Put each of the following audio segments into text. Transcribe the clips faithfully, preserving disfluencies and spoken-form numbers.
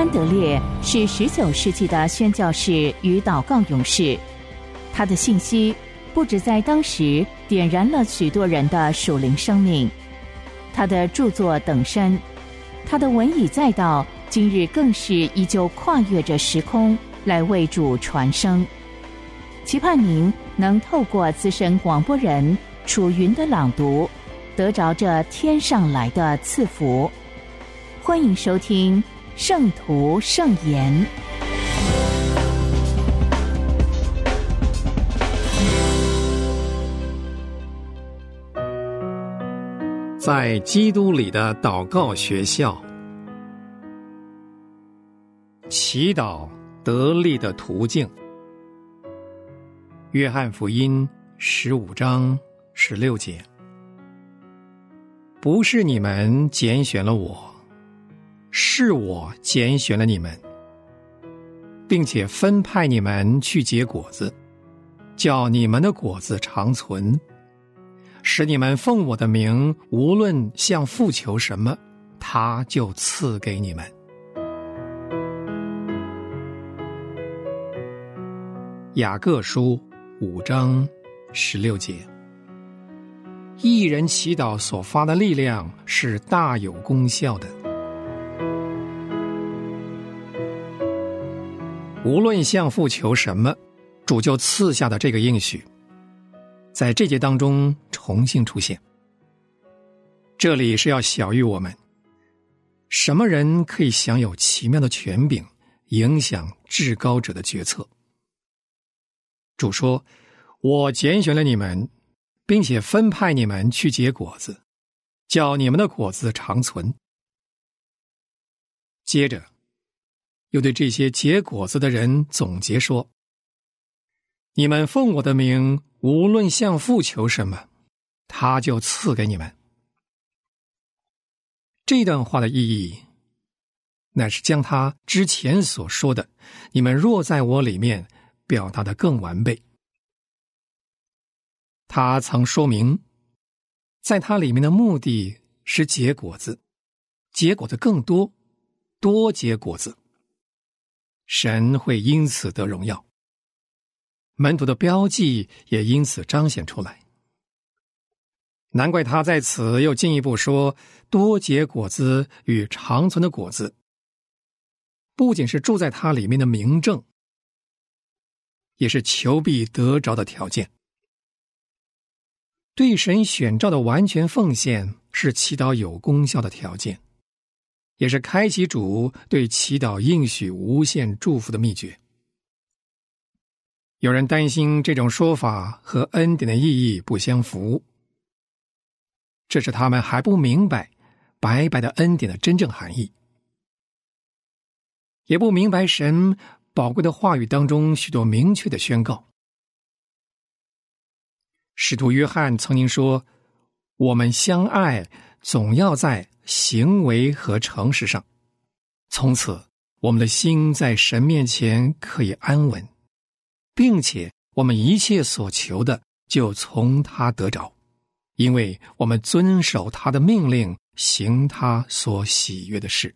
安德烈是十九世纪的宣教士与祷告勇士，他的信息不只在当时点燃了许多人的属灵生命，他的著作等身，他的文以载道，今日更是依旧跨越着时空来为主传声。期盼您能透过资深广播人楚云的朗读，得着这天上来的赐福。欢迎收听圣徒圣言。 在基督里的祷告学校，祈祷得力的途径。约翰福音十五章十六节：不是你们拣选了我，是我拣选了你们，并且分派你们去结果子，叫你们的果子长存，使你们奉我的名，无论向父求什么，他就赐给你们。雅各书五章十六节：一人祈祷所发的力量是大有功效的，无论向父求什么，主就赐下的这个应许，在这节当中重新出现。这里是要晓谕我们，什么人可以享有奇妙的权柄，影响至高者的决策。主说，我拣选了你们，并且分派你们去结果子，叫你们的果子长存。接着又对这些结果子的人总结说，你们奉我的名，无论向父求什么，他就赐给你们。这段话的意义乃是将他之前所说的你们若在我里面表达得更完备。他曾说明，在他里面的目的是结果子，结果子更多，多结果子，神会因此得荣耀，门徒的标记也因此彰显出来。难怪他在此又进一步说，多结果子与长存的果子，不仅是住在他里面的明证，也是求必得着的条件。对神选召的完全奉献是祈祷有功效的条件，也是开启主对祈祷应许无限祝福的秘诀。有人担心这种说法和恩典的意义不相符，这是他们还不明白白白的恩典的真正含义，也不明白神宝贵的话语当中许多明确的宣告。使徒约翰曾经说，我们相爱总要在行为和诚实上，从此我们的心在神面前可以安稳，并且我们一切所求的就从他得着，因为我们遵守他的命令，行他所喜悦的事。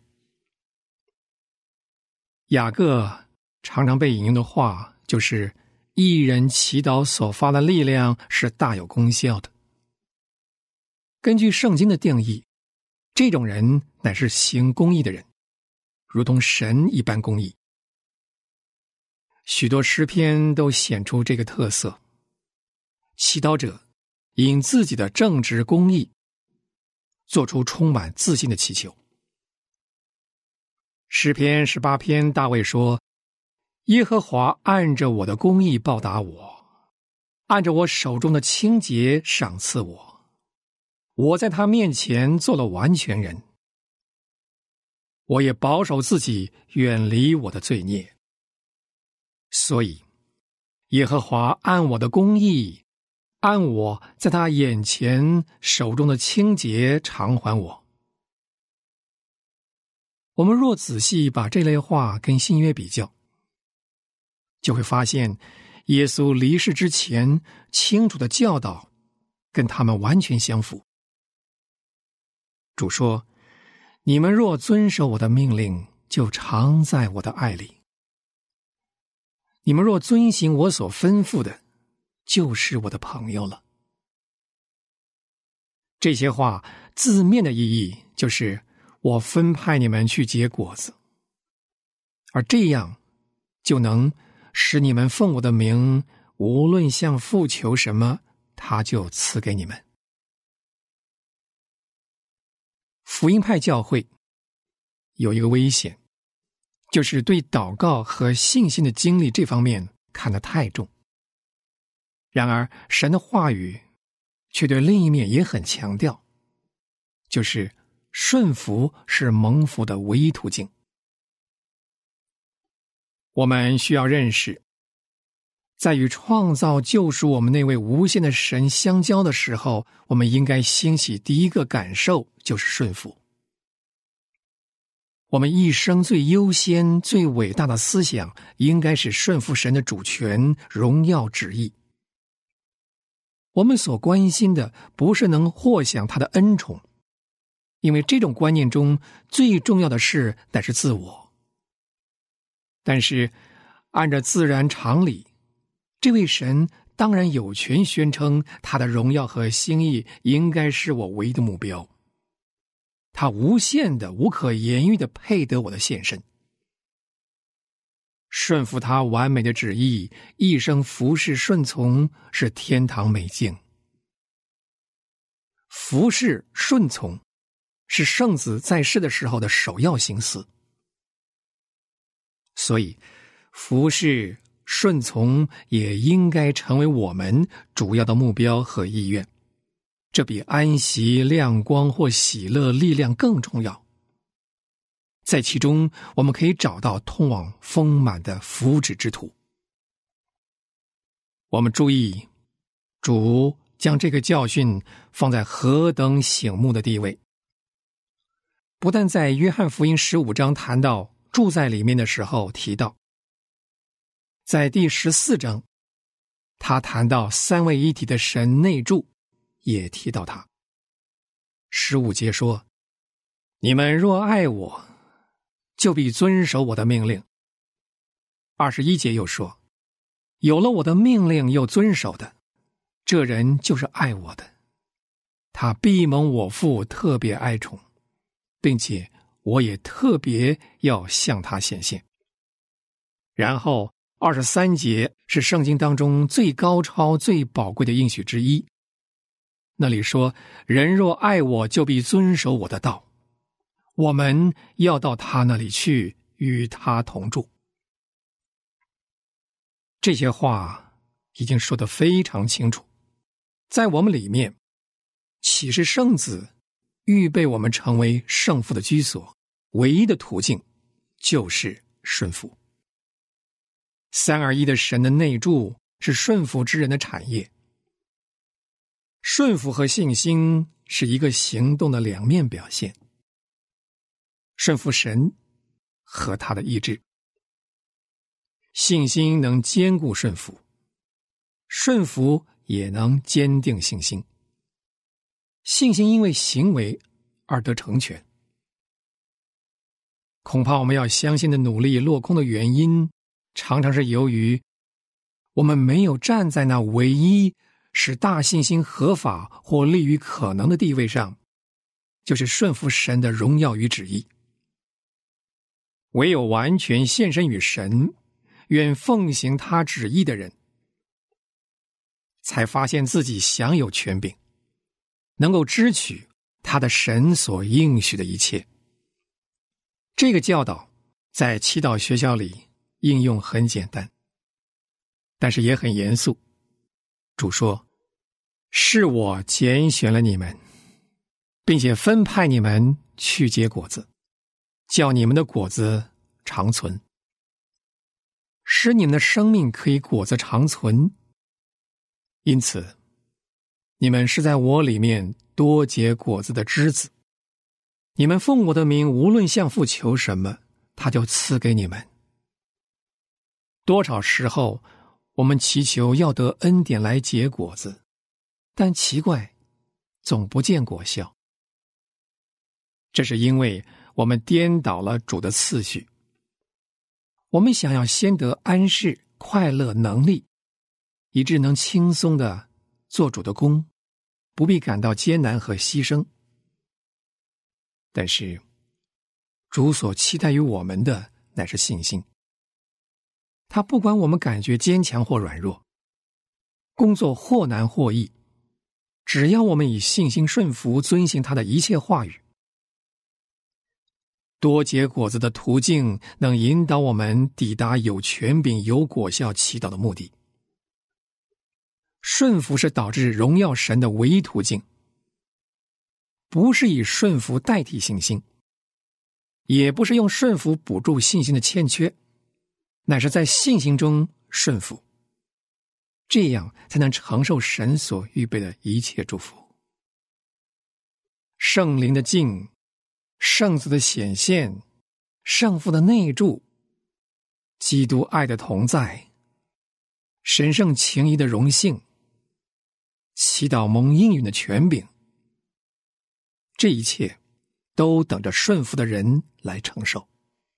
雅各常常被引用的话就是一人祈祷所发的力量是大有功效的。根据圣经的定义，这种人乃是行公义的人，如同神一般公义。许多诗篇都显出这个特色，祈祷者因自己的正直公义做出充满自信的祈求。诗篇十八篇大卫说，耶和华按着我的公义报答我，按着我手中的清洁赏赐我，我在他面前做了完全人，我也保守自己远离我的罪孽。所以耶和华按我的公义，按我在他眼前手中的清洁偿还我。我们若仔细把这类话跟新约比较，就会发现耶稣离世之前清楚的教导跟他们完全相符。主说，你们若遵守我的命令， 就常在我的爱里。你们若遵行我所吩咐的，就是我的朋友了。这些话字面的意义就是我分派你们去结果子，而这样就能使你们奉我的名，无论向父求什么，他就赐给你们。福音派教会有一个危险，就是对祷告和信心的经历这方面看得太重。然而神的话语却对另一面也很强调，就是顺服是蒙福的唯一途径。我们需要认识，在与创造救赎我们那位无限的神相交的时候，我们应该兴起第一个感受就是顺服。我们一生最优先、最伟大的思想应该是顺服神的主权、荣耀、旨意。我们所关心的不是能获享他的恩宠，因为这种观念中最重要的事乃是自我。但是按照自然常理，这位神当然有权宣称他的荣耀和心意应该是我唯一的目标，他无限的、无可言喻的配得我的献身。顺服他完美的旨意，一生服侍顺从，是天堂美境。服侍顺从是圣子在世的时候的首要心思，所以服侍顺从也应该成为我们主要的目标和意愿，这比安息、亮光或喜乐、力量更重要。在其中，我们可以找到通往丰满的福祉之途。我们注意，主将这个教训放在何等醒目的地位。不但在约翰福音十五章谈到住在里面的时候提到，在第十四章，他谈到三位一体的神内住，也提到他。十五节说：你们若爱我，就必遵守我的命令。二十一节又说：有了我的命令又遵守的，这人就是爱我的，他必蒙我父特别爱宠，并且我也特别要向他显现。然后二十三节是圣经当中最高超、最宝贵的应许之一，那里说：人若爱我，就必遵守我的道，我们要到他那里去，与他同住。这些话已经说得非常清楚，在我们里面，启示圣子预备我们成为圣父的居所，唯一的途径就是顺服。三而一的神的内住是顺服之人的产业。顺服和信心是一个行动的两面表现。顺服神和他的意志，信心能坚固顺服，顺服也能坚定信心。信心因为行为而得成全。恐怕我们要相信的努力落空的原因，常常是由于我们没有站在那唯一使大信心合法或利于可能的地位上，就是顺服神的荣耀与旨意。唯有完全献身于神，愿奉行他旨意的人，才发现自己享有权柄，能够支取他的神所应许的一切。这个教导在祈祷学校里应用很简单，但是也很严肃。主说：是我拣选了你们，并且分派你们去结果子，叫你们的果子长存，使你们的生命可以果子长存。因此，你们是在我里面多结果子的枝子。你们奉我的名，无论向父求什么，他就赐给你们。多少时候，我们祈求要得恩典来结果子，但奇怪，总不见果效。这是因为我们颠倒了主的次序。我们想要先得安适、快乐、能力，以致能轻松地做主的工，不必感到艰难和牺牲。但是主所期待于我们的乃是信心。他不管我们感觉坚强或软弱，工作或难或易，只要我们以信心顺服，遵行他的一切话语。多结果子的途径能引导我们抵达有权柄、有果效祈祷的目的。顺服是导致荣耀神的唯一途径，不是以顺服代替信心，也不是用顺服补助信心的欠缺，乃是在信心中顺服，这样才能承受神所预备的一切祝福。圣灵的境，圣子的显现，圣父的内住，基督爱的同在，神圣情谊的荣幸，祈祷蒙应允的权柄，这一切都等着顺服的人来承受。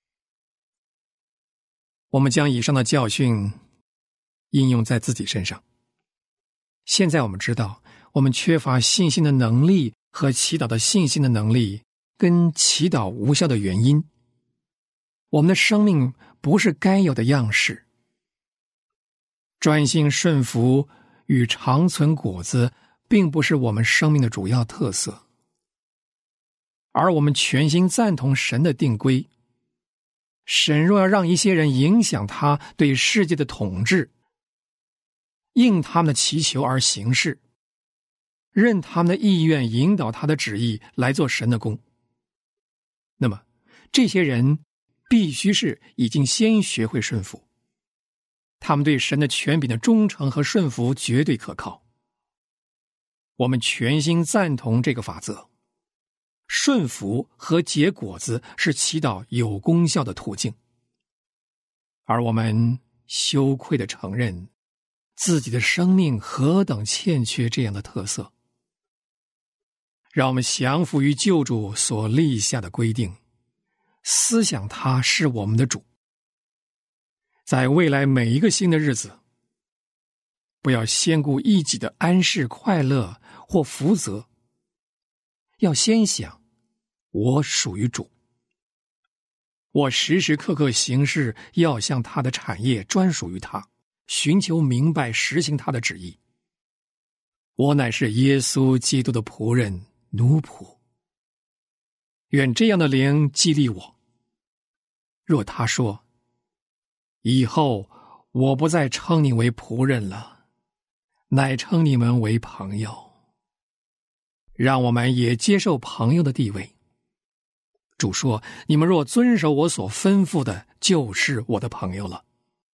我们将以上的教训应用在自己身上。现在我们知道，我们缺乏信心的能力和祈祷的信心的能力跟祈祷无效的原因。我们的生命不是该有的样式。专心顺服与长存果子并不是我们生命的主要特色，而我们全心赞同神的定规。神若要让一些人影响他对世界的统治，应他们的祈求而行事，任他们的意愿引导他的旨意来做神的工，那么这些人必须是已经先学会顺服，他们对神的权柄的忠诚和顺服绝对可靠。我们全心赞同这个法则，顺服和结果子是祈祷有功效的途径，而我们羞愧地承认自己的生命何等欠缺这样的特色。让我们降服于救主所立下的规定，思想他是我们的主。在未来每一个新的日子，不要先顾一己的安适、快乐或福泽，要先想我属于主，我时时刻刻行事要向他的产业专属于他，寻求明白实行他的旨意。我乃是耶稣基督的仆人奴仆。愿这样的灵激励我。若他说，以后我不再称你为仆人了，乃称你们为朋友，让我们也接受朋友的地位。主说，你们若遵守我所吩咐的，就是我的朋友了。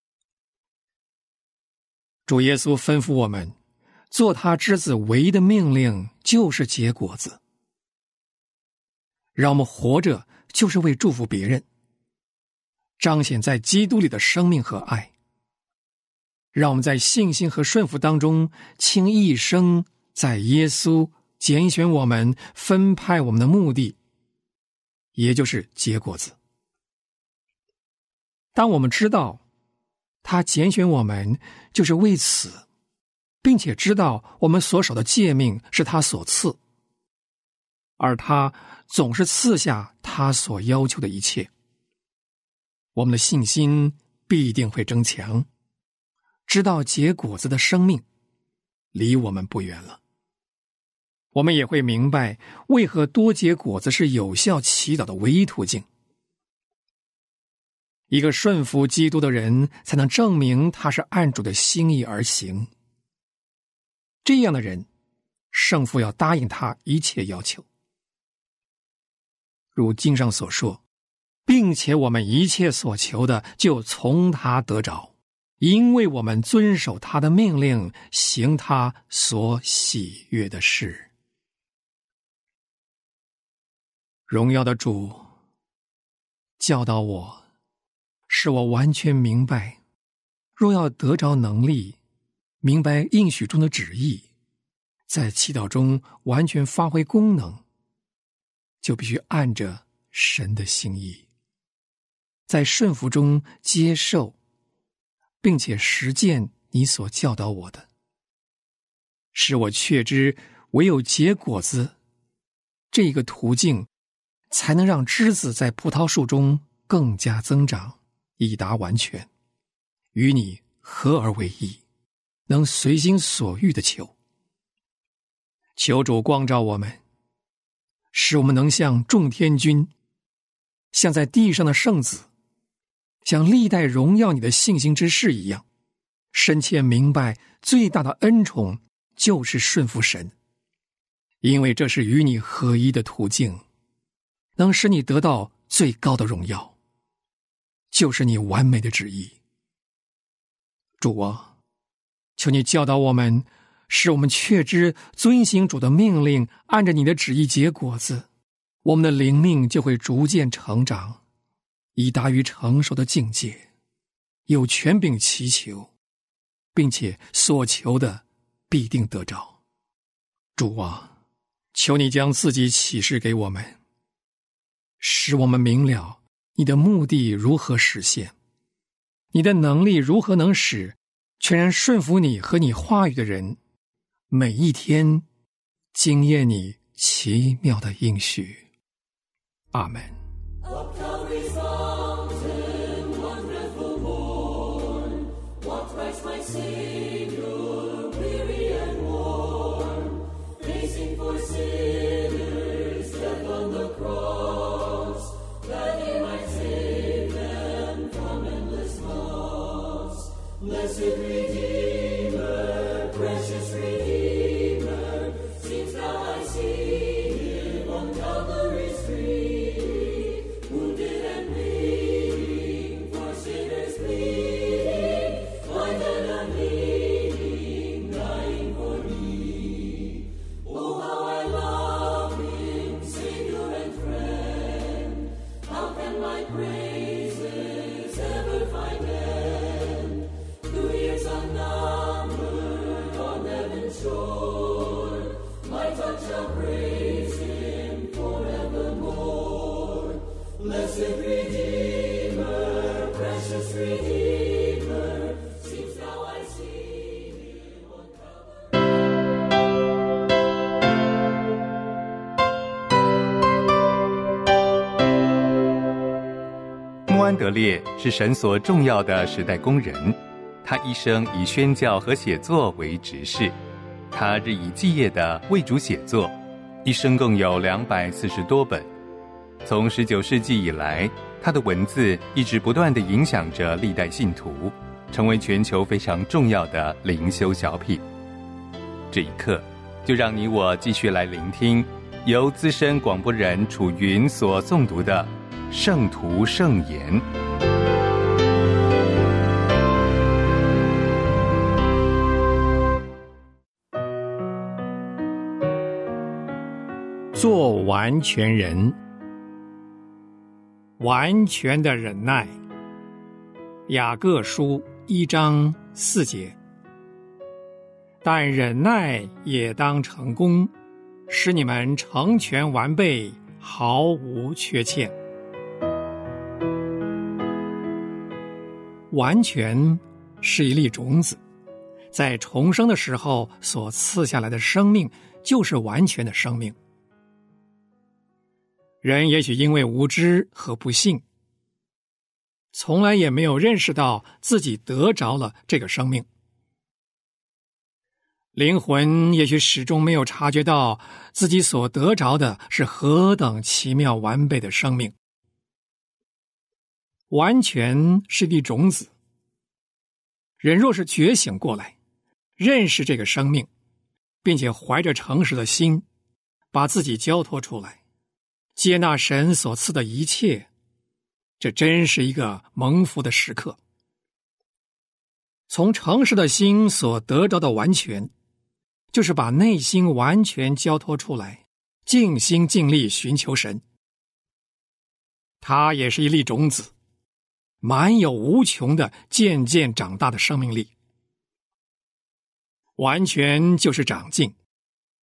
主耶稣吩咐我们做他之子唯一的命令就是结果子。让我们活着就是为祝福别人，彰显在基督里的生命和爱。让我们在信心和顺服当中倾一生在耶稣拣选我们、分派我们的目的，也就是结果子。当我们知道他拣选我们就是为此，并且知道我们所守的诫命是他所赐，而他总是赐下他所要求的一切，我们的信心必定会增强，知道结果子的生命离我们不远了。我们也会明白为何多结果子是有效祈祷的唯一途径。一个顺服基督的人才能证明他是按主的心意而行。这样的人，圣父要答应他一切要求。如经上所说，并且我们一切所求的就从他得着，因为我们遵守他的命令，行他所喜悦的事。荣耀的主教导我，使我完全明白，若要得着能力，明白应许中的旨意，在祈祷中完全发挥功能，就必须按着神的心意，在顺服中接受，并且实践你所教导我的，使我确知唯有结果子这一个途径，才能让枝子在葡萄树中更加增长，以达完全，与你合而为一，能随心所欲的求。求主光照我们，使我们能像众天君，像在地上的圣子，像历代荣耀你的信心之士一样，深切明白最大的恩宠就是顺服神，因为这是与你合一的途径，能使你得到最高的荣耀，就是你完美的旨意。主啊，求你教导我们，使我们确知遵行主的命令，按着你的旨意结果子，我们的灵命就会逐渐成长，以达于成熟的境界，有权柄祈求，并且所求的必定得着。主啊，求你将自己启示给我们，使我们明了你的目的如何实现，你的能力如何能使全然顺服你和你话语的人每一天经验你奇妙的应许。阿们。 Blessed Redeemer, precious Redeemer, since now I see him on Calvary's tree, wounded and bleeding, for sinners pleading, blind and unleading, dying for me. Oh, how I love him, Savior and friend, how can my praises ever find end? Years unnumbered on heaven's shore, my tongue shall praise him forevermore. Blessed Redeemer, precious Redeemer, since now I see him on Calvary。 穆安德烈是神所重要的时代工人，他一生以宣教和写作为职事，他日以继夜地为主写作，一生共有两百四十多本。从十九世纪以来，他的文字一直不断地影响着历代信徒，成为全球非常重要的灵修小品。这一刻，就让你我继续来聆听由资深广播人楚云所诵读的《圣徒圣言》。 做完全人，完全的忍耐。雅各书一章四节。但忍耐也当成功，使你们成全完备，毫无缺欠。完全是一粒种子，在重生的时候所赐下来的生命，就是完全的生命。人也许因为无知和不信，从来也没有认识到自己得着了这个生命。灵魂也许始终没有察觉到自己所得着的是何等奇妙完备的生命。完全是粒种子，人若是觉醒过来，认识这个生命，并且怀着诚实的心，把自己交托出来，接纳神所赐的一切，这真是一个蒙福的时刻。从诚实的心所得着的完全，就是把内心完全交托出来，尽心尽力寻求神。它也是一粒种子，满有无穷的渐渐长大的生命力。完全就是长进，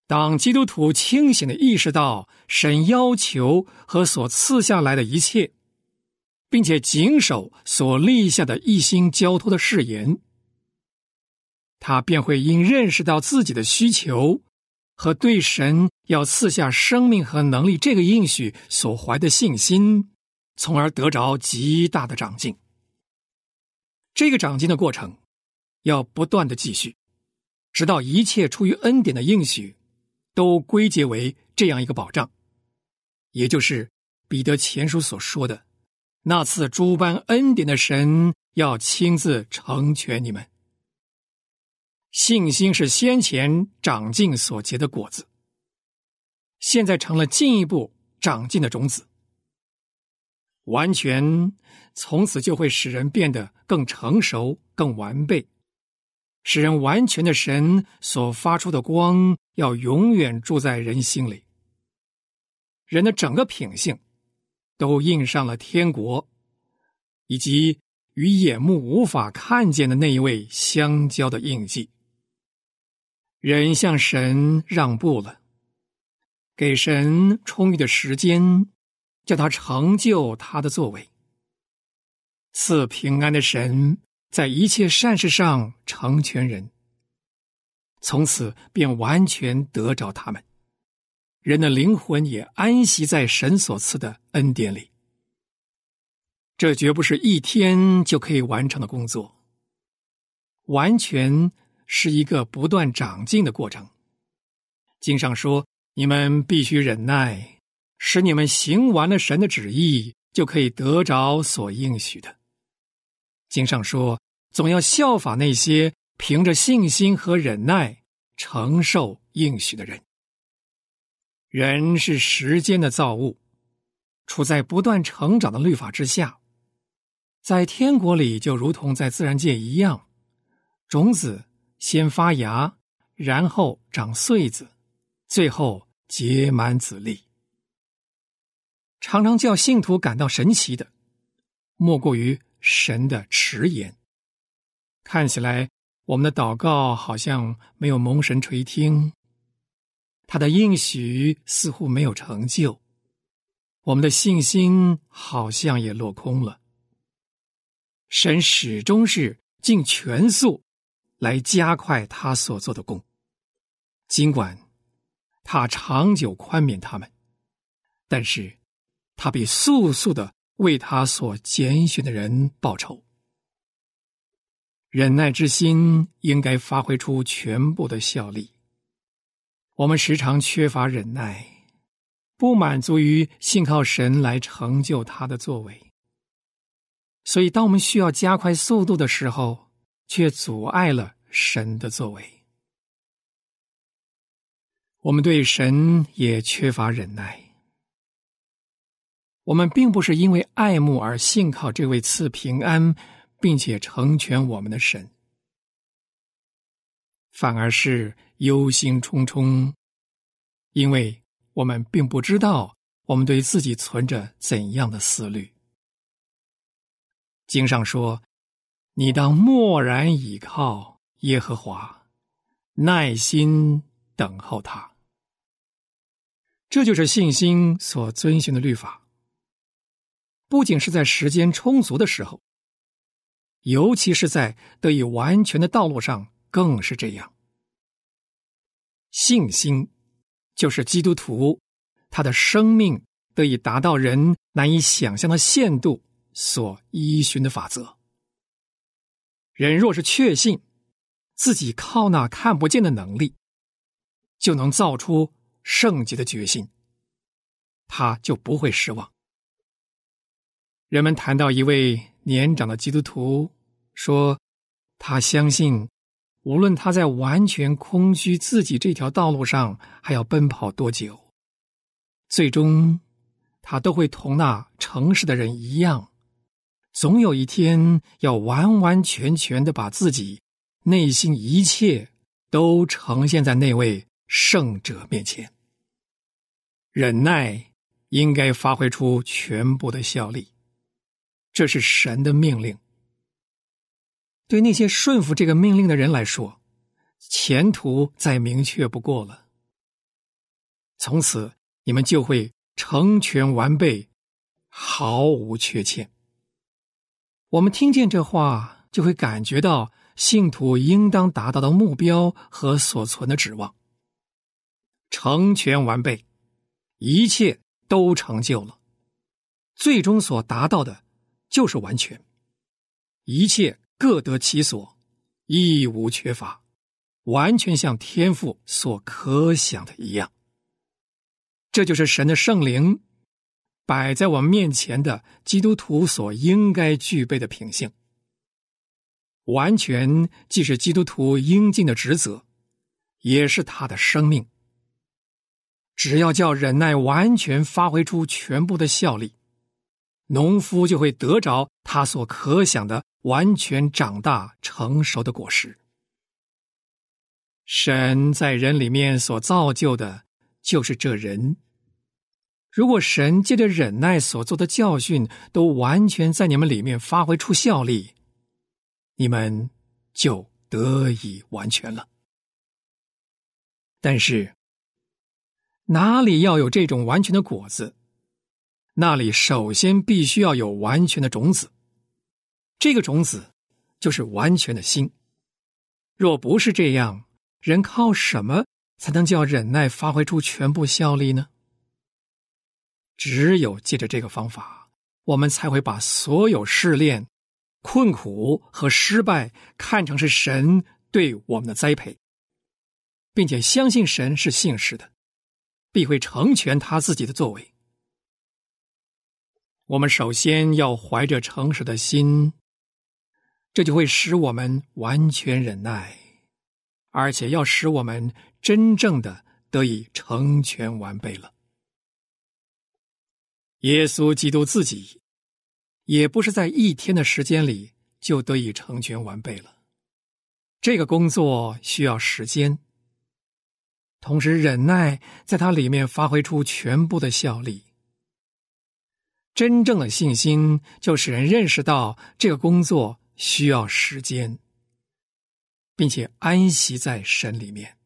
当基督徒清醒地意识到神要求和所赐下来的一切，并且谨守所立下的一心交托的誓言，他便会因认识到自己的需求和对神要赐下生命和能力这个应许所怀的信心，从而得着极大的长进。这个长进的过程要不断的继续，直到一切出于恩典的应许都归结为这样一个保障，也就是彼得前书所说的，那赐诸般恩典的神要亲自成全你们。信心是先前长进所结的果子，现在成了进一步长进的种子。完全从此就会使人变得更成熟、更完备，使人完全的神所发出的光要永远住在人心里。人的整个品性都印上了天国以及与眼目无法看见的那一位相交的印记。人向神让步了，给神充裕的时间，叫他成就他的作为。赐平安的神在一切善事上成全人，从此便完全得着他们，人的灵魂也安息在神所赐的恩典里。这绝不是一天就可以完成的工作，完全是一个不断长进的过程。经上说，你们必须忍耐，使你们行完了神的旨意，就可以得着所应许的。经上说，总要效法那些凭着信心和忍耐承受应许的人。人是时间的造物，处在不断成长的律法之下。在天国里就如同在自然界一样，种子先发芽，然后长穗子，最后结满籽粒。常常叫信徒感到神奇的，莫过于神的迟延。看起来我们的祷告好像没有蒙神垂听，他的应许似乎没有成就，我们的信心好像也落空了。神始终是尽全速来加快他所做的工，尽管他长久宽免他们，但是他必速速的为他所拣选的人报仇。忍耐之心应该发挥出全部的效力。我们时常缺乏忍耐，不满足于信靠神来成就他的作为，所以当我们需要加快速度的时候，却阻碍了神的作为。我们对神也缺乏忍耐。我们并不是因为爱慕而信靠这位赐平安并且成全我们的神，反而是忧心忡忡，因为我们并不知道我们对自己存着怎样的思虑。经上说，你当默然倚靠耶和华，耐心等候他。这就是信心所遵循的律法，不仅是在时间充足的时候，尤其是在得以完全的道路上更是这样。信心就是基督徒他的生命得以达到人难以想象的限度所依循的法则。人若是确信自己靠那看不见的能力就能造出圣洁的决心，他就不会失望。人们谈到一位年长的基督徒，说他相信无论他在完全空虚自己这条道路上还要奔跑多久，最终他都会同那诚实的人一样，总有一天要完完全全地把自己内心一切都呈现在那位圣者面前。忍耐应该发挥出全部的效力，这是神的命令。对那些顺服这个命令的人来说，前途再明确不过了。 从此你们就会成全完备，毫无缺欠。我们听见这话，就会感觉到信徒应当达到的目标和所存的指望。成全完备，一切都成就了，最终所达到的就是完全，一切各得其所，一无缺乏，完全像天父所可想的一样。这就是神的圣灵摆在我们面前的基督徒所应该具备的品性。完全既是基督徒应尽的职责，也是他的生命。只要叫忍耐完全发挥出全部的效力，农夫就会得着他所可想的完全长大成熟的果实。神在人里面所造就的就是这人。如果神借着忍耐所做的教训都完全在你们里面发挥出效力，你们就得以完全了。但是哪里要有这种完全的果子，那里首先必须要有完全的种子。这个种子就是完全的心。若不是这样，人靠什么才能叫忍耐发挥出全部效力呢？只有借着这个方法，我们才会把所有试炼、困苦和失败看成是神对我们的栽培，并且相信神是信实的，必会成全他自己的作为。我们首先要怀着诚实的心，这就会使我们完全忍耐，而且要使我们真正的得以成全完备了。耶稣基督自己也不是在一天的时间里就得以成全完备了，这个工作需要时间，同时忍耐在它里面发挥出全部的效力。真正的信心就使人认识到这个工作需要时间，并且安息在神里面。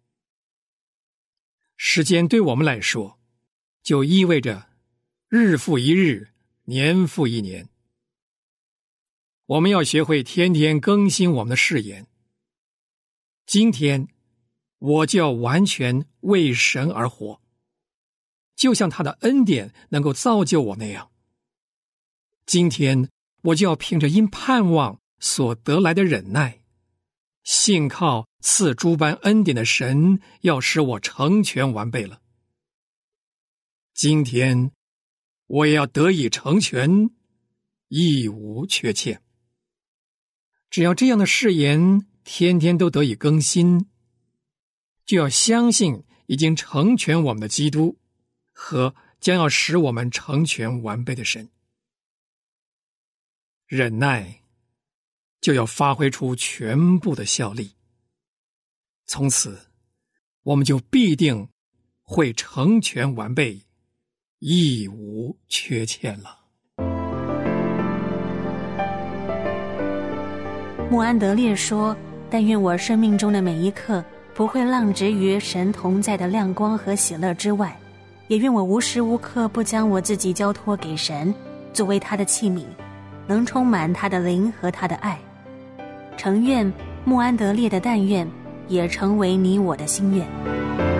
时间对我们来说就意味着日复一日，年复一年。我们要学会天天更新我们的誓言。今天我就要完全为神而活，就像他的恩典能够造就我那样。今天我就要凭着因盼望所得来的忍耐，信靠赐诸般恩典的神，要使我成全完备了。今天我也要得以成全，一无缺欠。只要这样的誓言天天都得以更新，就要相信已经成全我们的基督和将要使我们成全完备的神。忍耐就要发挥出全部的效力，从此我们就必定会成全完备，一无缺欠了。 穆安德烈说，但愿我生命中的每一刻不会浪掷于神同在的亮光和喜乐之外，也愿我无时无刻不将我自己交托给神，作为他的器皿，能充满他的灵和他的爱。诚愿穆安德烈的但愿也成为你我的心愿。